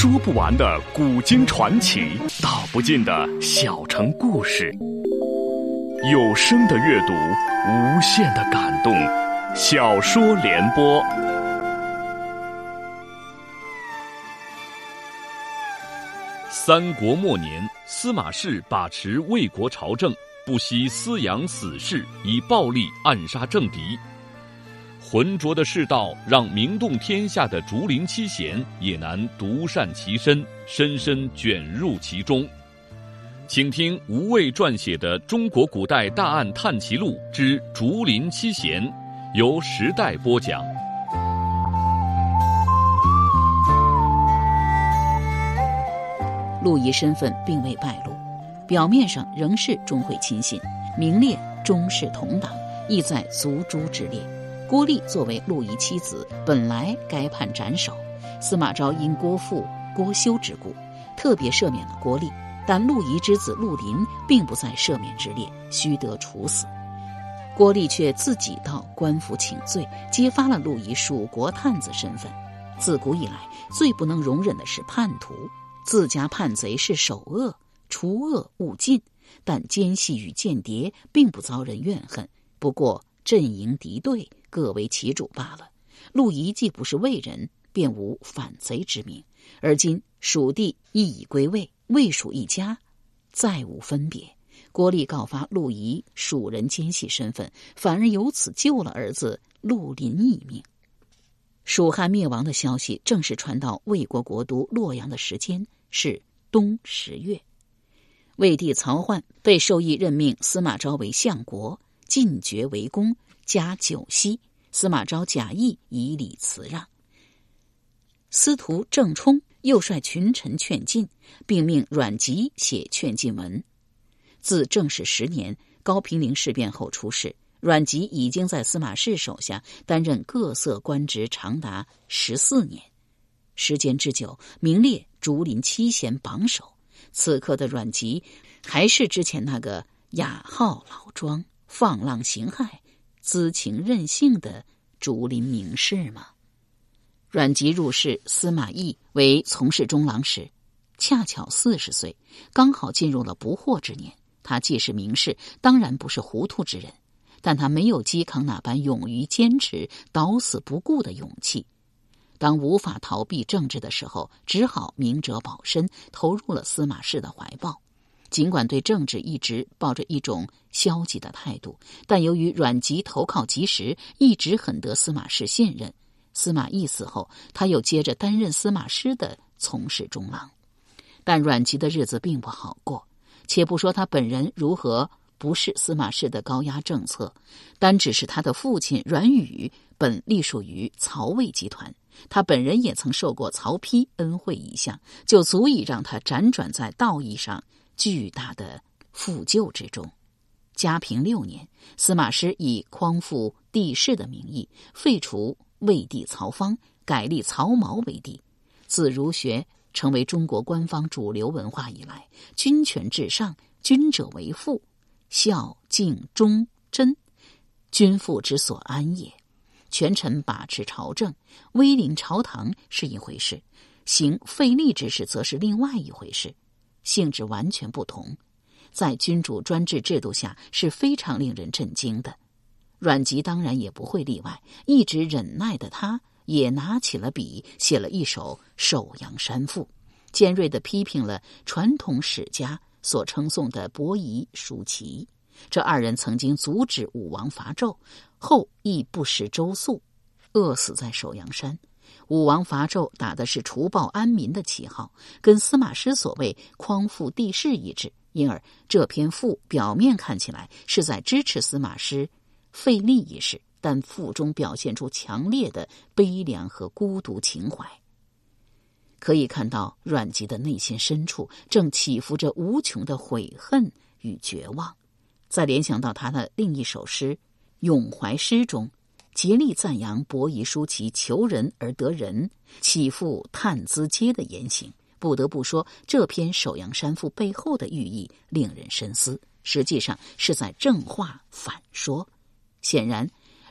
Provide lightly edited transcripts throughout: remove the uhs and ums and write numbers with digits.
说不完的古今传奇，道不尽的小城故事。有声的阅读，无限的感动。小说联播。三国末年，司马氏把持魏国朝政，不惜私养死士，以暴力暗杀政敌。浑浊的世道让名动天下的竹林七贤也难独善其身，深深卷入其中。请听吴畏撰写的《中国古代大案探奇录之竹林七贤》，由时代播讲。 陆仪身份并未败露，表面上仍是钟会亲信，名列钟氏同党，意在族诛之列。郭丽作为陆仪妻子，本来该判斩首，司马昭因郭父郭修之故，特别赦免了郭丽，但陆仪之子陆林并不在赦免之列，须得处死。郭丽却自己到官府请罪，揭发了陆仪蜀国探子身份。自古以来，最不能容忍的是叛徒，自家叛贼是首恶，除恶务尽，但奸细与间谍并不遭人怨恨，不过阵营敌对，各为其主罢了。陆仪既不是魏人，便无反贼之名，而今蜀地亦已归魏，魏蜀一家，再无分别。郭丽告发陆仪蜀人奸细身份，反而由此救了儿子陆林一命。蜀汉灭亡的消息正式传到魏国国都洛阳的时间是冬10月。魏帝曹奂被授意任命司马昭为相国，进爵为公，加9锡。司马昭假意以礼辞让。司徒郑冲又率群臣劝进，并命阮籍写劝进文。自正始10年高平陵事变后出事，阮籍已经在司马氏手下担任各色官职长达14年，时间之久，名列竹林七贤榜首。此刻的阮籍还是之前那个雅好老庄、放浪形骸、恣情任性的竹林名士吗？阮籍入仕司马懿为从事中郎时，恰巧40岁，刚好进入了不惑之年。他既是名士，当然不是糊涂之人，但他没有嵇康那般勇于坚持、捣死不顾的勇气。当无法逃避政治的时候，只好明哲保身，投入了司马氏的怀抱。尽管对政治一直抱着一种消极的态度，但由于阮籍投靠及时，一直很得司马氏信任。司马懿死后，他又接着担任司马师的从事中郎。但阮籍的日子并不好过，且不说他本人如何不是司马氏的高压政策，单只是他的父亲阮宇本隶属于曹魏集团，他本人也曾受过曹丕恩惠一项，就足以让他辗转在道义上巨大的负疚之中。嘉平6年，司马师以匡复帝室的名义废除魏帝曹芳，改立曹髦为帝。自儒学成为中国官方主流文化以来，君权至上，君者为父，孝敬忠贞，君父之所安也。权臣把持朝政，威临朝堂是一回事，行废立之事则是另外一回事，性质完全不同。在君主专制制度下是非常令人震惊的。阮籍当然也不会例外，一直忍耐的他也拿起了笔，写了一首《首阳山赋》，尖锐地批评了传统史家所称颂的伯夷、叔齐。这2人曾经阻止武王伐纣，后亦不食周粟，饿死在首阳山。武王伐纣打的是除暴安民的旗号，跟司马师所谓匡复帝室一致，因而这篇赋表面看起来是在支持司马师废立一事，但赋中表现出强烈的悲凉和孤独情怀。可以看到阮籍的内心深处正起伏着无穷的悔恨与绝望。再联想到他的另一首诗《咏怀诗》中，竭力赞扬伯夷叔齐求人而得人，岂复叹资嗟的言行，不得不说这篇《首阳山赋》背后的寓意令人深思，实际上是在正话反说。显然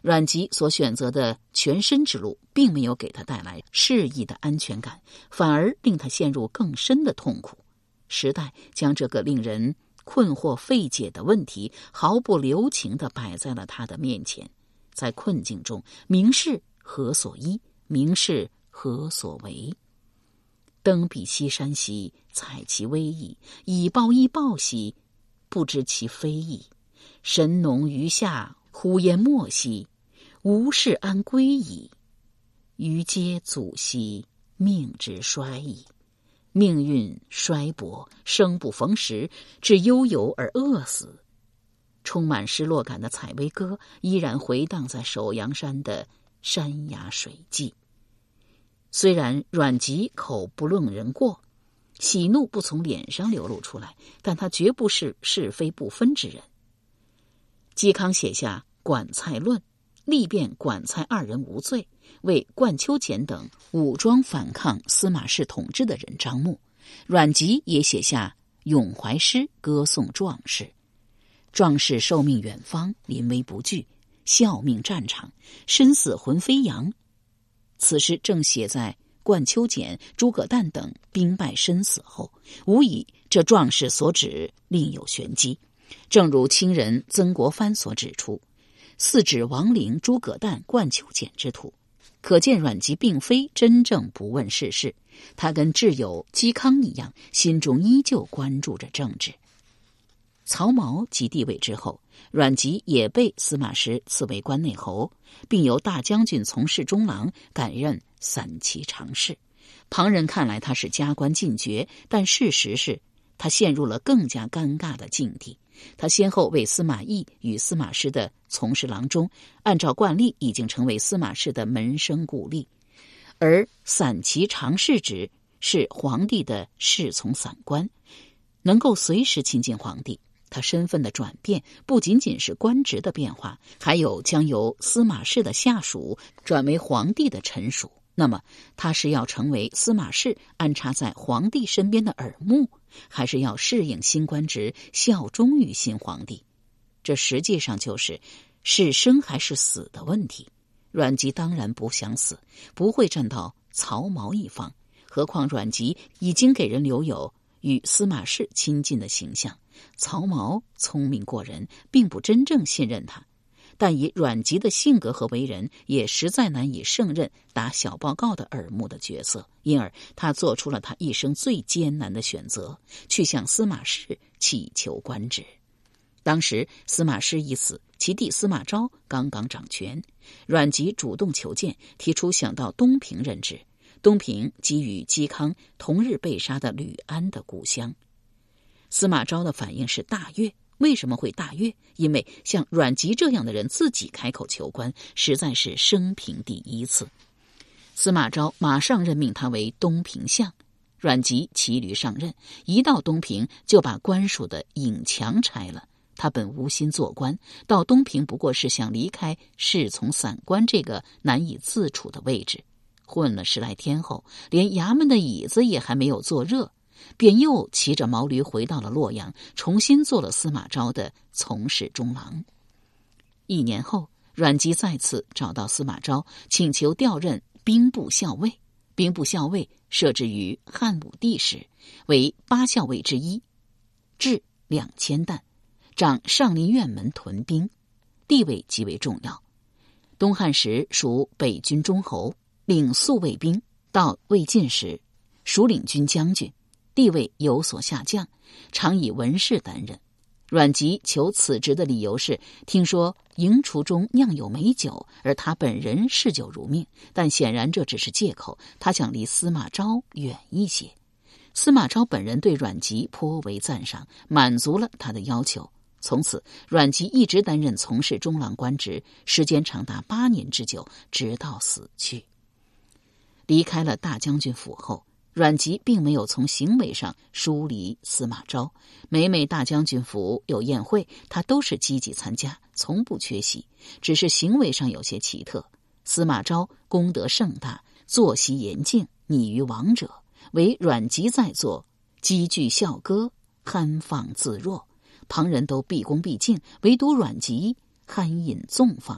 阮籍所选择的全身之路并没有给他带来适宜的安全感，反而令他陷入更深的痛苦。时代将这个令人困惑费解的问题毫不留情地摆在了他的面前。在困境中，名士何所依？名士何所为？登彼西山兮，采其微矣；以报一报兮，不知其非矣。神农于下，呼焉没兮，吾事安归矣。余皆祖兮，命之衰矣。命运衰薄，生不逢时，至悠游而饿死。充满失落感的《采薇歌》依然回荡在首阳山的山崖水际。虽然阮籍口不论人过，喜怒不从脸上流露出来，但他绝不是是非不分之人。嵇康写下《管蔡论》，力辩管蔡二人无罪，为冠丘俭等武装反抗司马氏统治的人张目。阮籍也写下咏怀诗，歌颂壮士。壮士受命远方，临危不惧，效命战场，身死魂飞扬。此诗正写在冠丘俭、诸葛诞等兵败身死后，无疑这壮士所指另有玄机。正如清人曾国藩所指出，四指王陵、诸葛诞、冠丘俭之徒，可见阮籍并非真正不问世事，他跟挚友嵇康一样，心中依旧关注着政治。曹髦即帝位之后，阮籍也被司马师赐为关内侯，并由大将军从事中郎，改任散骑常侍。旁人看来他是加官进爵，但事实是他陷入了更加尴尬的境地。他先后为司马懿与司马师的从事郎中，按照惯例已经成为司马氏的门生故吏，而散骑常侍职是皇帝的侍从散官，能够随时亲近皇帝。他身份的转变不仅仅是官职的变化，还有将由司马氏的下属转为皇帝的臣属。那么他是要成为司马氏安插在皇帝身边的耳目，还是要适应新官职，效忠于新皇帝？这实际上就是生还是死的问题。阮籍当然不想死，不会站到曹髦一方，何况阮籍已经给人留有与司马氏亲近的形象。曹髦聪明过人，并不真正信任他，但以阮籍的性格和为人，也实在难以胜任打小报告的耳目的角色，因而他做出了他一生最艰难的选择，去向司马氏祈求官职。当时司马师已死，其弟司马昭刚刚掌权，阮籍主动求见，提出想到东平任职。东平即与嵇康同日被杀的吕安的故乡。司马昭的反应是大悦。为什么会大悦？因为像阮籍这样的人自己开口求官，实在是生平第一次。司马昭马上任命他为东平相。阮籍骑驴上任，一到东平就把官署的引墙拆了。他本无心做官，到东平不过是想离开侍从散官这个难以自处的位置。混了10来天后，连衙门的椅子也还没有坐热，便又骑着毛驴回到了洛阳，重新做了司马昭的从事中郎。1年后，阮籍再次找到司马昭，请求调任兵部校尉。兵部校尉设置于汉武帝时，为8校尉之一，制2000担，掌上林苑门屯兵，地位极为重要。东汉时属北军中侯，领宿卫兵；到魏晋时属领军将军，地位有所下降，常以文士担任。阮籍求此职的理由是，听说营厨中酿有美酒，而他本人嗜酒如命，但显然这只是借口，他想离司马昭远一些。司马昭本人对阮籍颇为赞赏，满足了他的要求。从此阮籍一直担任从事中郎官职，时间长达8年之久，直到死去。离开了大将军府后，阮籍并没有从行为上疏离司马昭，每大将军府有宴会，他都是积极参加，从不缺席，只是行为上有些奇特。司马昭功德盛大，作息严静，拟于王者，唯阮籍在座，积聚笑歌，酣放自若，旁人都毕恭毕敬，唯独阮籍酣饮纵放，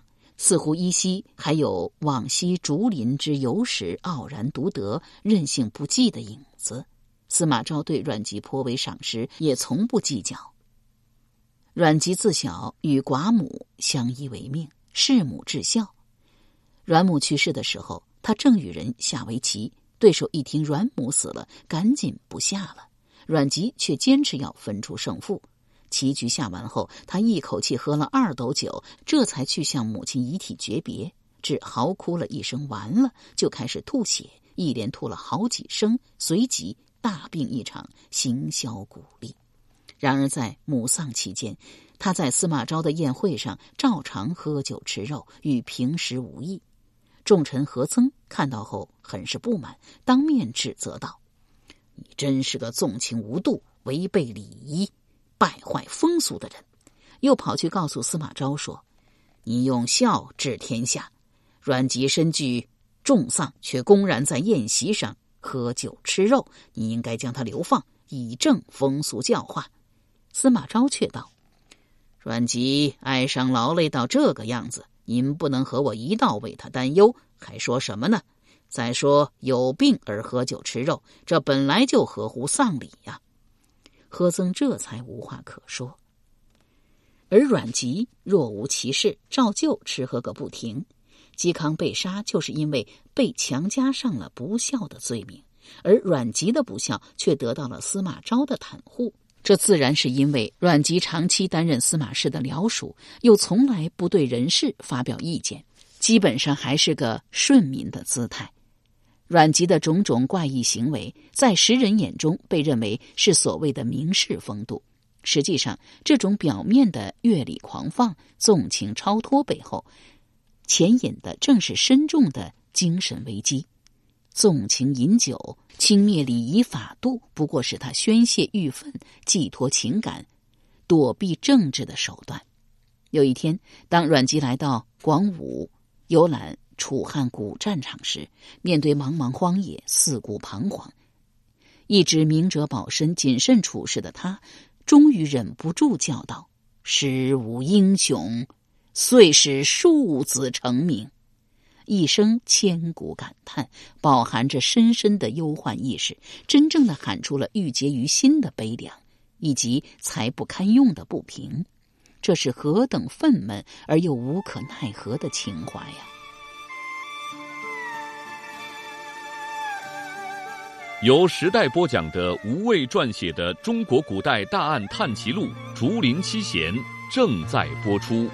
似乎依稀还有往昔竹林之游时傲然独得、任性不羁的影子。司马昭对阮籍颇为赏识，也从不计较。阮籍自小与寡母相依为命，弑母至孝。阮母去世的时候，他正与人下围棋，对手一听阮母死了，赶紧不下了。阮籍却坚持要分出胜负。棋局下完后，他一口气喝了2斗酒，这才去向母亲遗体诀别，只嚎哭了一声完了，就开始吐血，一连吐了好几声，随即大病一场，形销骨立。然而在母丧期间，他在司马昭的宴会上照常喝酒吃肉，与平时无异。重臣何曾看到后很是不满，当面指责道：“你真是个纵情无度、违背礼仪、败坏风俗的人。”又跑去告诉司马昭说：“你用孝治天下，阮籍身具重丧，却公然在宴席上喝酒吃肉，你应该将他流放，以正风俗教化。”司马昭却道：“阮籍哀伤劳累到这个样子，您不能和我一道为他担忧，还说什么呢？再说有病而喝酒吃肉，这本来就合乎丧礼呀。”何曾这才无话可说。而阮籍若无其事，照旧吃喝个不停。嵇康被杀就是因为被强加上了不孝的罪名，而阮籍的不孝却得到了司马昭的袒护。这自然是因为阮籍长期担任司马氏的僚属，又从来不对人事发表意见，基本上还是个顺民的姿态。阮籍的种种怪异行为，在时人眼中被认为是所谓的名士风度。实际上，这种表面的乐理狂放、纵情超脱背后，潜隐的正是深重的精神危机。纵情饮酒、轻蔑礼仪法度，不过是他宣泄郁愤、寄托情感、躲避政治的手段。有一天，当阮籍来到广武游览楚汉古战场时，面对茫茫荒野，四顾彷徨，一直明哲保身、谨慎处事的他，终于忍不住叫道：“师无英雄，遂使庶子成名。”一声千古感叹，饱含着深深的忧患意识，真正的喊出了郁结于心的悲凉，以及才不堪用的不平。这是何等愤懑而又无可奈何的情怀呀！ 由时代播讲的吴畏撰写的《中国古代大案探奇录·竹林七贤》正在播出。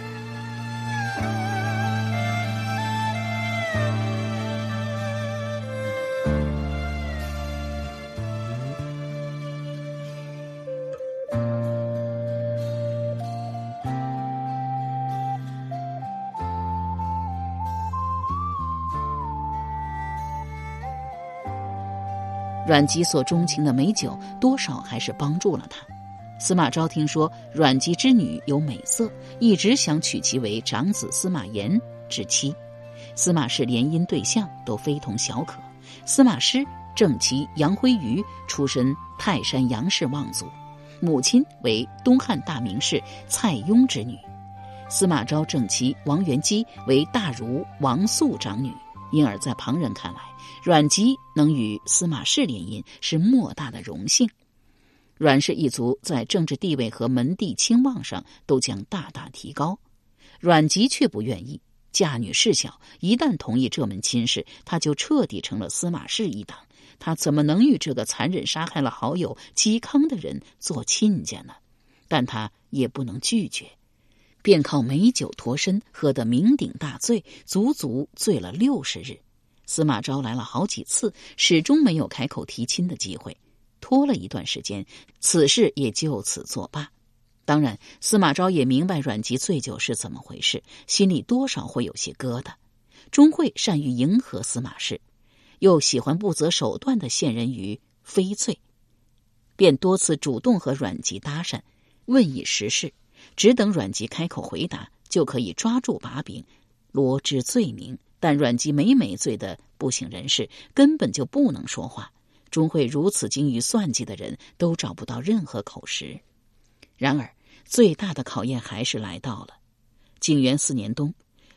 阮籍所钟情的美酒，多少还是帮助了他。司马昭听说阮籍之女有美色，一直想娶其为长子司马炎之妻。司马氏联姻对象都非同小可，司马师正妻杨辉瑜出身泰山杨氏望族，母亲为东汉大名士蔡邕之女。司马昭正妻王元姬为大儒王肃长女，因而在旁人看来，阮籍能与司马氏联姻是莫大的荣幸。阮氏一族在政治地位和门第兴旺上都将大大提高，阮籍却不愿意。嫁女事小，一旦同意这门亲事，他就彻底成了司马氏一党。他怎么能与这个残忍杀害了好友嵇康的人做亲家呢？但他也不能拒绝，便靠美酒脱身，喝得酩酊大醉，足足醉了60日。司马昭来了好几次，始终没有开口提亲的机会，拖了一段时间，此事也就此作罢。当然，司马昭也明白阮籍醉酒是怎么回事，心里多少会有些疙瘩。钟会善于迎合司马氏，又喜欢不择手段地陷人于非罪，便多次主动和阮籍搭讪，问以实事，只等阮籍开口回答，就可以抓住把柄，罗织罪名。但阮籍每醉的不省人事，根本就不能说话。钟会如此精于算计的人，都找不到任何口实。然而最大的考验还是来到了。景元4年冬，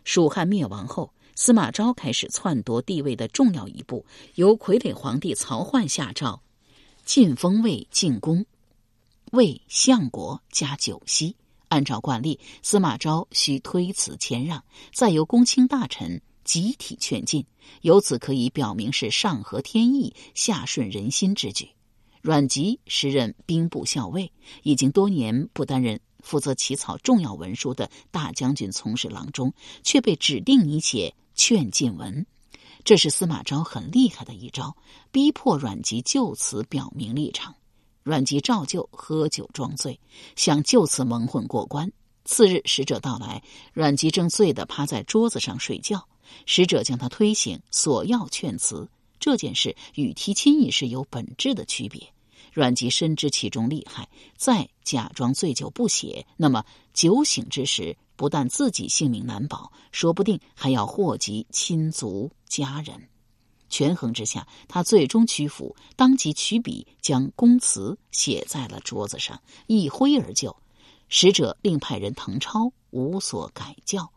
蜀汉灭亡后，司马昭开始篡夺帝位的重要一步，由傀儡皇帝曹奂下诏，晋封魏进宫，魏相国加9锡。按照惯例，司马昭需推辞谦让，再由公卿大臣集体劝进，由此可以表明是上合天意、下顺人心之举。阮籍时任兵部校尉，已经多年不担任负责起草重要文书的大将军从事郎中，却被指定拟写劝进文。这是司马昭很厉害的一招，逼迫阮籍就此表明立场。阮籍照旧喝酒装醉，想就此蒙混过关。次日使者到来，阮籍正醉得趴在桌子上睡觉，使者将他推醒，索要劝辞。这件事与提亲议事有本质的区别。阮籍深知其中利害，再假装醉酒不写，那么酒醒之时，不但自己性命难保，说不定还要祸及亲族家人。权衡之下，他最终屈服，当即取笔将公词写在了桌子上，一挥而就。使者另派人誊抄，无所改校。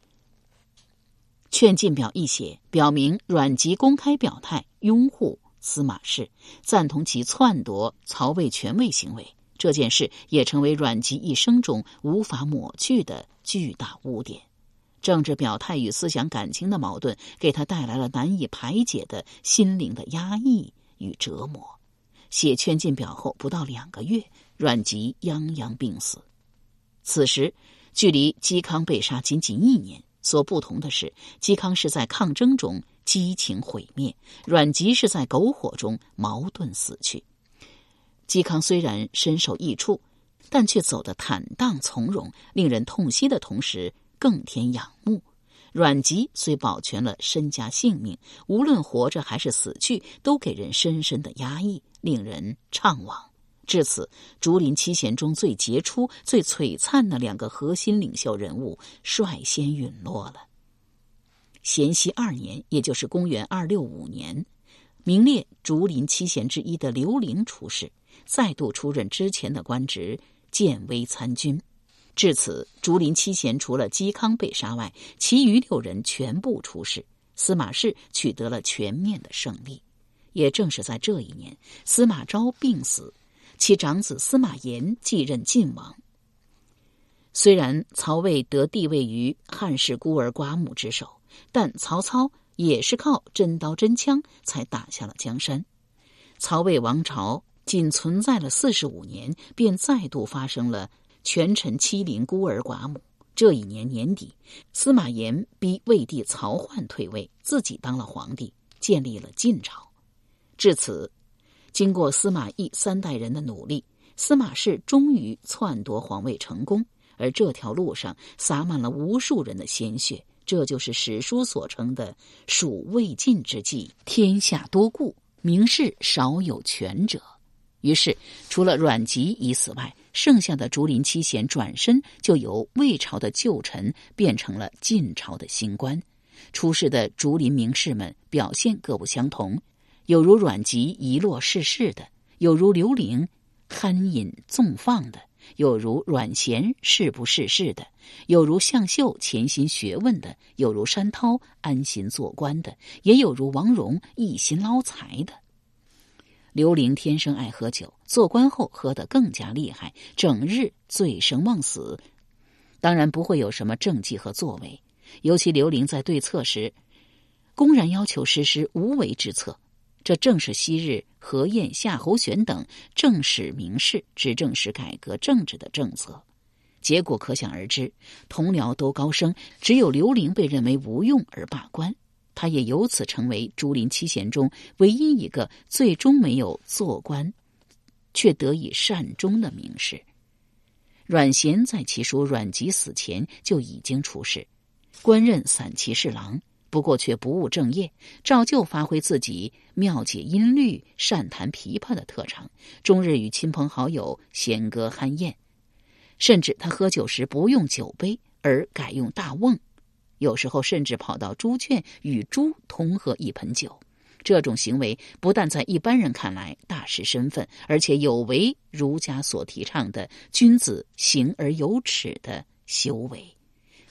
劝进表一写，表明阮籍公开表态拥护司马氏，赞同其篡夺曹魏权位行为。这件事也成为阮籍一生中无法抹去的巨大污点。政治表态与思想感情的矛盾，给他带来了难以排解的心灵的压抑与折磨。写劝进表后不到2个月，阮籍泱泱病死。此时距离嵇康被杀仅仅1年，所不同的是，嵇康是在抗争中激情毁灭，阮籍是在苟活中矛盾死去。嵇康虽然身受异处，但却走得坦荡从容，令人痛惜的同时更添仰慕。阮籍虽保全了身家性命，无论活着还是死去，都给人深深的压抑，令人怅惘。至此，竹林七贤中最杰出、最璀璨的2个核心领袖人物率先陨落了。咸熙2年，也就是公元265年，名列竹林七贤之一的刘伶出世，再度出任之前的官职，建威参军。至此，竹林七贤除了嵇康被杀外，其余6人全部出世，司马氏取得了全面的胜利。也正是在这一年，司马昭病死，其长子司马炎继任晋王。虽然曹魏得帝位于汉室孤儿寡母之手，但曹操也是靠真刀真枪才打下了江山。曹魏王朝仅存在了45年，便再度发生了权臣欺凌孤儿寡母。这一年年底，司马炎逼魏帝曹奂退位，自己当了皇帝，建立了晋朝。至此，经过司马懿3代人的努力，司马氏终于篡夺皇位成功，而这条路上洒满了无数人的鲜血。这就是史书所称的蜀魏晋之际，天下多故，名士少有权者。于是除了阮籍已死外，剩下的竹林七贤转身就由魏朝的旧臣变成了晋朝的新官。出世的竹林名士们表现各不相同，有如阮籍遗落世事的，有如刘伶酣饮纵放的，有如阮咸誓不世事的，有如向秀潜心学问的，有如山涛安心做官的，也有如王戎一心捞财的。刘伶天生爱喝酒，做官后喝得更加厉害，整日醉生梦死，当然不会有什么政绩和作为。尤其刘伶在对策时，公然要求实施无为之策，这正是昔日何晏、夏侯玄等正史名士执政时改革政治的政策。结果可想而知，同僚都高升，只有刘伶被认为无用而罢官。他也由此成为竹林七贤中唯一一个最终没有做官却得以善终的名士。阮咸在其叔阮籍死前就已经出仕，官任散骑侍郎，不过却不务正业，照旧发挥自己妙解音律、善弹琵琶的特长，终日与亲朋好友弦歌酣宴。甚至他喝酒时不用酒杯，而改用大瓮，有时候甚至跑到猪圈与猪同喝一盆酒。这种行为不但在一般人看来大失身份，而且有违儒家所提倡的君子行而有耻的修为。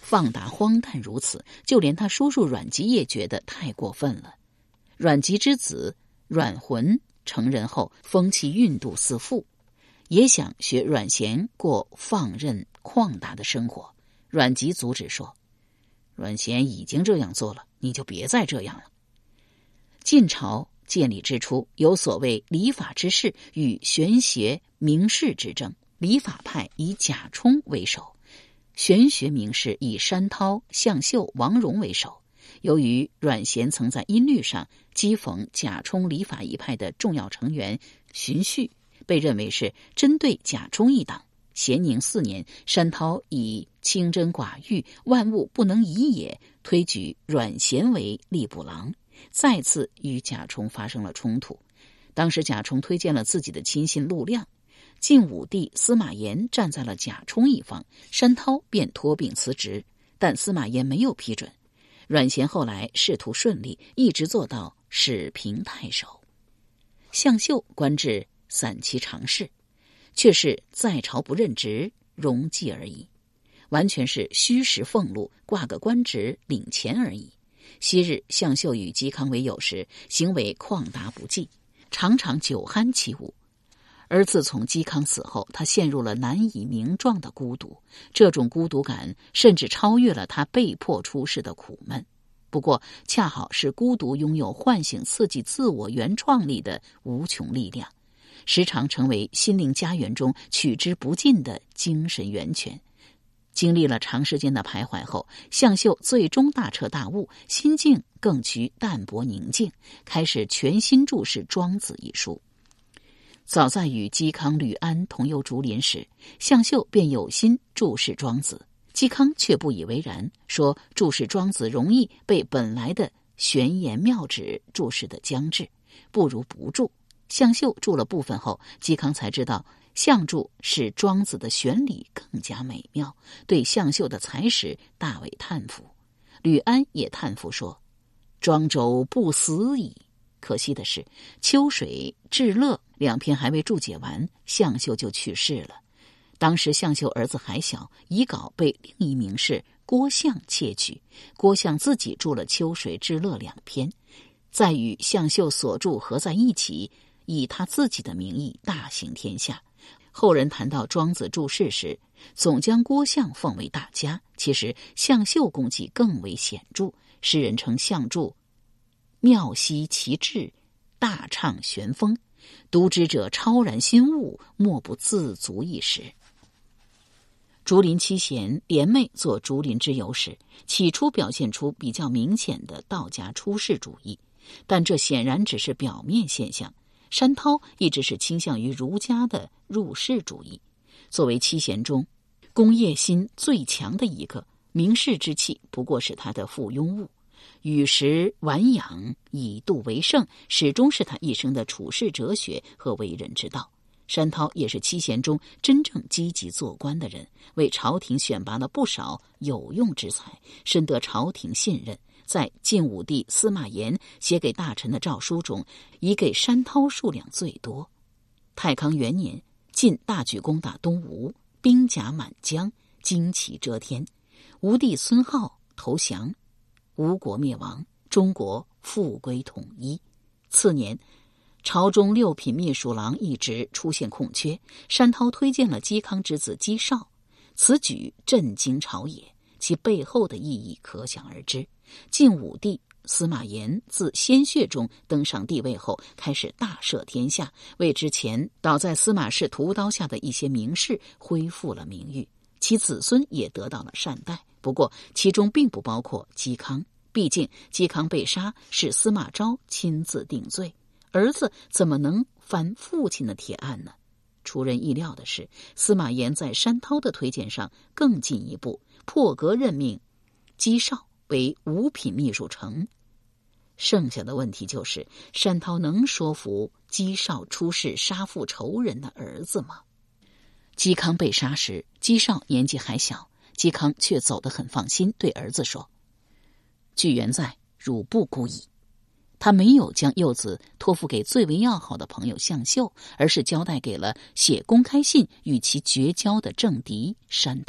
放达荒诞如此，就连他叔叔阮籍也觉得太过分了。阮籍之子阮浑成人后，风气运度四父，也想学阮咸过放任旷达的生活。阮籍阻止说：“阮咸已经这样做了，你就别再这样了。”晋朝建立之初，有所谓礼法之士与玄学名士之争。礼法派以贾充为首，玄学名士以山涛、向秀、王戎为首。由于阮咸曾在音律上讥讽贾充礼法一派的重要成员荀绪，被认为是针对贾充一党。咸宁4年，山涛以清真寡欲，万物不能移也，推举阮咸为吏部郎，再次与贾充发生了冲突。当时贾充推荐了自己的亲信陆亮，晋武帝司马炎站在了贾充一方，山涛便托病辞职，但司马炎没有批准。阮咸后来仕途顺利，一直做到始平太守。向秀官至散骑常侍，却是在朝不任职，荣绩而已，完全是虚实俸禄，挂个官职领钱而已。昔日向秀与嵇康为友时，行为旷达不计，常常酒酣起舞。而自从嵇康死后，他陷入了难以名状的孤独，这种孤独感甚至超越了他被迫出世的苦闷。不过恰好是孤独拥有唤醒刺激自我原创力的无穷力量，时常成为心灵家园中取之不尽的精神源泉。经历了长时间的徘徊后，向秀最终大彻大悟，心境更趋淡泊宁静，开始全心注视《庄子》一书。早在与嵇康、吕安同游竹林时，向秀便有心注释庄子，嵇康却不以为然，说注释庄子容易被本来的玄言妙旨注释的僵滞，不如不注。向秀注了部分后，嵇康才知道向注使庄子的玄理更加美妙，对向秀的才识大为叹服。吕安也叹服说：“庄周不死矣。”可惜的是，秋水、至乐2篇还未注解完，向秀就去世了。当时向秀儿子还小，遗稿被另一名士郭象窃取，郭象自己注了秋水、至乐2篇，再与向秀所著合在一起，以他自己的名义大行天下。后人谈到庄子注释时，总将郭象奉为大家，其实向秀功绩更为显著。诗人称向注妙析其志，大畅玄风，读之者超然心悟，莫不自足一时。竹林七贤联袂做竹林之游时，起初表现出比较明显的道家出世主义，但这显然只是表面现象。山涛一直是倾向于儒家的入世主义，作为七贤中功业心最强的一个，明士之气不过是他的附庸物，与时婉养，以度为胜，始终是他一生的处世哲学和为人之道。山涛也是七贤中真正积极做官的人，为朝廷选拔了不少有用之才，深得朝廷信任。在晋武帝司马炎写给大臣的诏书中，以给山涛数量最多。太康元年，晋大举攻打东吴，兵甲满江，旌旗遮天，吴帝孙皓投降，吴国灭亡，中国复归统一。次年，朝中6品秘书郎一职出现空缺，山涛推荐了嵇康之子嵇绍，此举震惊朝野，其背后的意义可想而知。晋武帝司马炎自鲜血中登上帝位后，开始大赦天下，为之前倒在司马氏屠刀下的一些名士恢复了名誉，其子孙也得到了善待。不过其中并不包括嵇康，毕竟嵇康被杀是司马昭亲自定罪，儿子怎么能翻父亲的铁案呢？出人意料的是，司马炎在山涛的推荐上更进一步，破格任命嵇绍为5品秘书丞。剩下的问题就是，山涛能说服嵇绍出仕杀父仇人的儿子吗？嵇康被杀时，嵇绍年纪还小，嵇康却走得很放心，对儿子说：“据原在，汝不孤矣。”他没有将幼子托付给最为要好的朋友向秀，而是交代给了写公开信与其绝交的政敌山涛。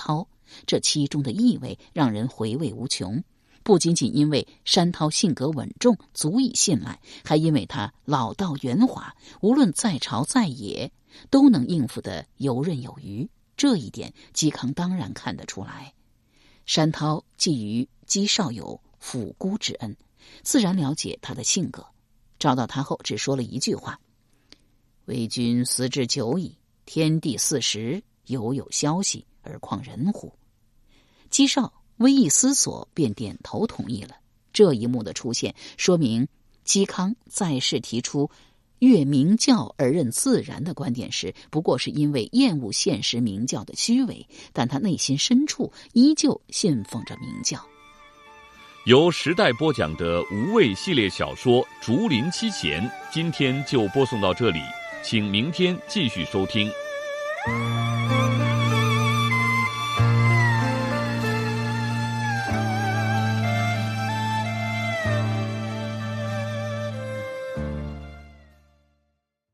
这其中的意味让人回味无穷。不仅仅因为山涛性格稳重，足以信赖，还因为他老道圆滑，无论在朝在野，都能应付得游刃有余。这一点，嵇康当然看得出来。山涛寄予嵇绍有抚孤之恩，自然了解他的性格。找到他后，只说了一句话：“为君思之久矣，天地四时，犹有消息，而况人乎？”嵇绍微一思索，便点头同意了。这一幕的出现，说明嵇康在世提出越明教而任自然的观点时，不过是因为厌恶现实明教的虚伪，但他内心深处依旧信奉着明教。 由时代播讲的无畏系列小说《竹林七贤》，今天就播送到这里，请明天继续收听。